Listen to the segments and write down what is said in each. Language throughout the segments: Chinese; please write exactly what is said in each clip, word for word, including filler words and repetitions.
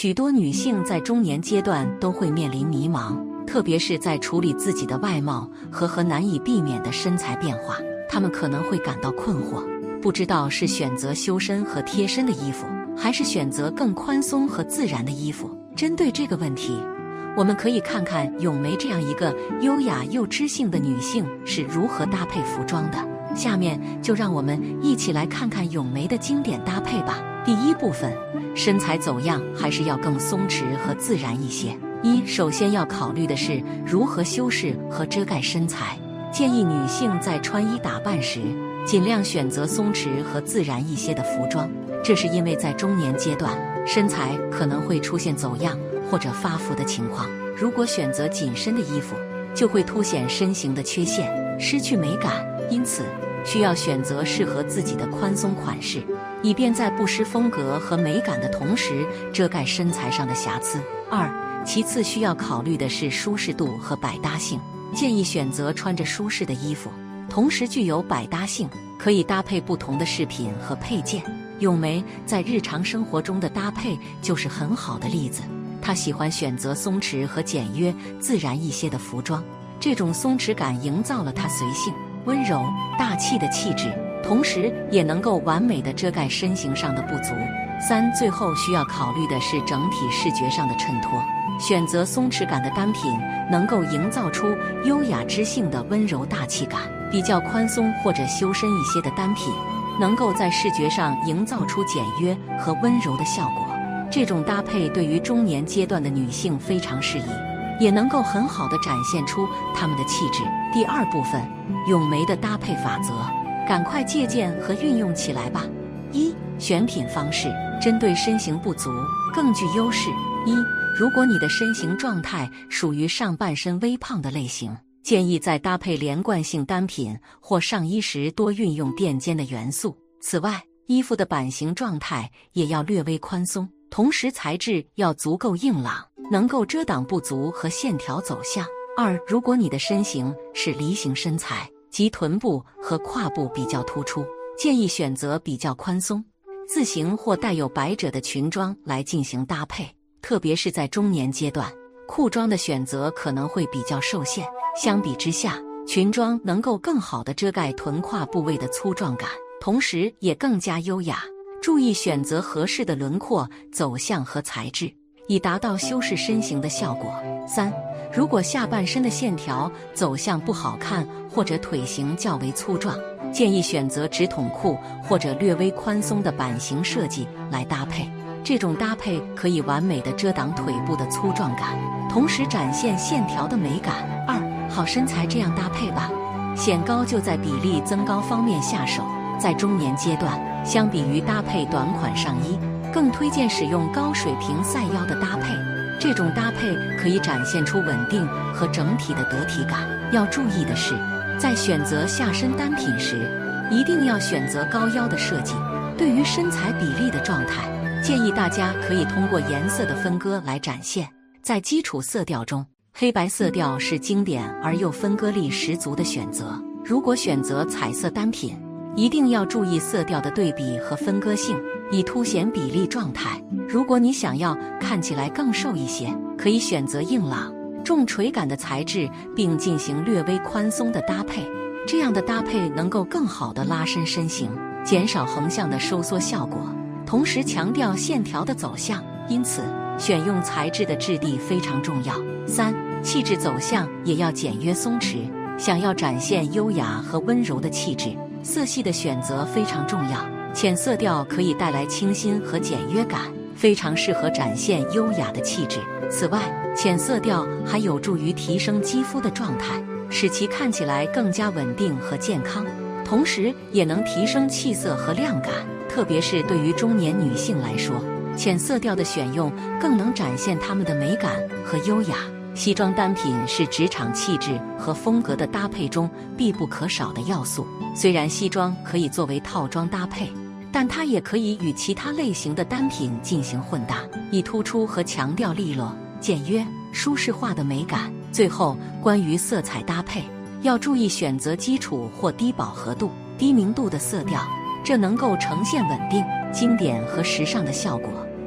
许多女性在中年阶段都会面临迷茫，特别是在处理自己的外貌和和难以避免的身材变化，她们可能会感到困惑，不知道是选择修身和贴身的衣服，还是选择更宽松和自然的衣服。针对这个问题，我们可以看看咏梅这样一个优雅又知性的女性是如何搭配服装的。下面就让我们一起来看看咏梅的经典搭配吧。第一部分，身材走样还是要更松弛和自然一些。一，首先要考虑的是如何修饰和遮盖身材。建议女性在穿衣打扮时，尽量选择松弛和自然一些的服装，这是因为在中年阶段，身材可能会出现走样或者发福的情况。如果选择紧身的衣服，就会凸显身形的缺陷，失去美感。因此，需要选择适合自己的宽松款式，以便在不失风格和美感的同时遮盖身材上的瑕疵。二，其次需要考虑的是舒适度和百搭性。建议选择穿着舒适的衣服，同时具有百搭性，可以搭配不同的饰品和配件。咏梅在日常生活中的搭配就是很好的例子。她喜欢选择松弛和简约、自然一些的服装，这种松弛感营造了她随性、温柔、大气的气质，同时也能够完美地遮盖身形上的不足。三，最后需要考虑的是整体视觉上的衬托。选择松弛感的单品，能够营造出优雅知性的温柔大气感；比较宽松或者修身一些的单品，能够在视觉上营造出简约和温柔的效果。这种搭配对于中年阶段的女性非常适宜，也能够很好地展现出她们的气质。第二部分，咏梅的搭配法则，赶快借鉴和运用起来吧。一、选品方式，针对身形不足更具优势。一、如果你的身形状态属于上半身微胖的类型，建议在搭配连贯性单品或上衣时多运用垫肩的元素。此外，衣服的版型状态也要略微宽松，同时材质要足够硬朗，能够遮挡不足和线条走向。二、如果你的身形是梨形身材，即臀部和胯部比较突出，建议选择比较宽松、字形或带有百褶的裙装来进行搭配。特别是在中年阶段，裤装的选择可能会比较受限，相比之下，裙装能够更好地遮盖臀胯部位的粗壮感，同时也更加优雅。注意选择合适的轮廓、走向和材质，以达到修饰身形的效果。三、如果下半身的线条走向不好看，或者腿型较为粗壮，建议选择直筒裤或者略微宽松的版型设计来搭配。这种搭配可以完美地遮挡腿部的粗壮感，同时展现线条的美感。二、好身材这样搭配吧。显高就在比例增高方面下手。在中年阶段，相比于搭配短款上衣，更推荐使用高水平赛腰的搭配。这种搭配可以展现出稳定和整体的得体感。要注意的是，在选择下身单品时，一定要选择高腰的设计。对于身材比例的状态，建议大家可以通过颜色的分割来展现。在基础色调中，黑白色调是经典而又分割力十足的选择。如果选择彩色单品，一定要注意色调的对比和分割性，以凸显比例状态。如果你想要看起来更瘦一些，可以选择硬朗、重垂感的材质，并进行略微宽松的搭配。这样的搭配能够更好地拉伸身形，减少横向的收缩效果，同时强调线条的走向。因此，选用材质的质地非常重要。三、气质走向也要简约松弛。想要展现优雅和温柔的气质，色系的选择非常重要。浅色调可以带来清新和简约感，非常适合展现优雅的气质。此外，浅色调还有助于提升肌肤的状态，使其看起来更加稳定和健康，同时也能提升气色和亮感。特别是对于中年女性来说，浅色调的选用更能展现她们的美感和优雅。西装单品是职场气质和风格的搭配中必不可少的要素。虽然西装可以作为套装搭配，但它也可以与其他类型的单品进行混搭，以突出和强调利落、简约、舒适化的美感。最后，关于色彩搭配，要注意选择基础或低饱和度、低明度的色调，这能够呈现稳定、经典和时尚的效果。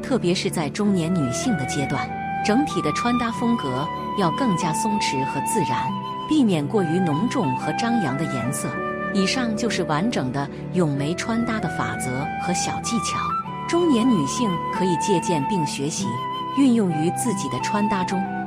特别是在中年女性的阶段，整体的穿搭风格要更加松弛和自然，避免过于浓重和张扬的颜色。以上就是完整的咏梅穿搭的法则和小技巧，中年女性可以借鉴并学习，运用于自己的穿搭中。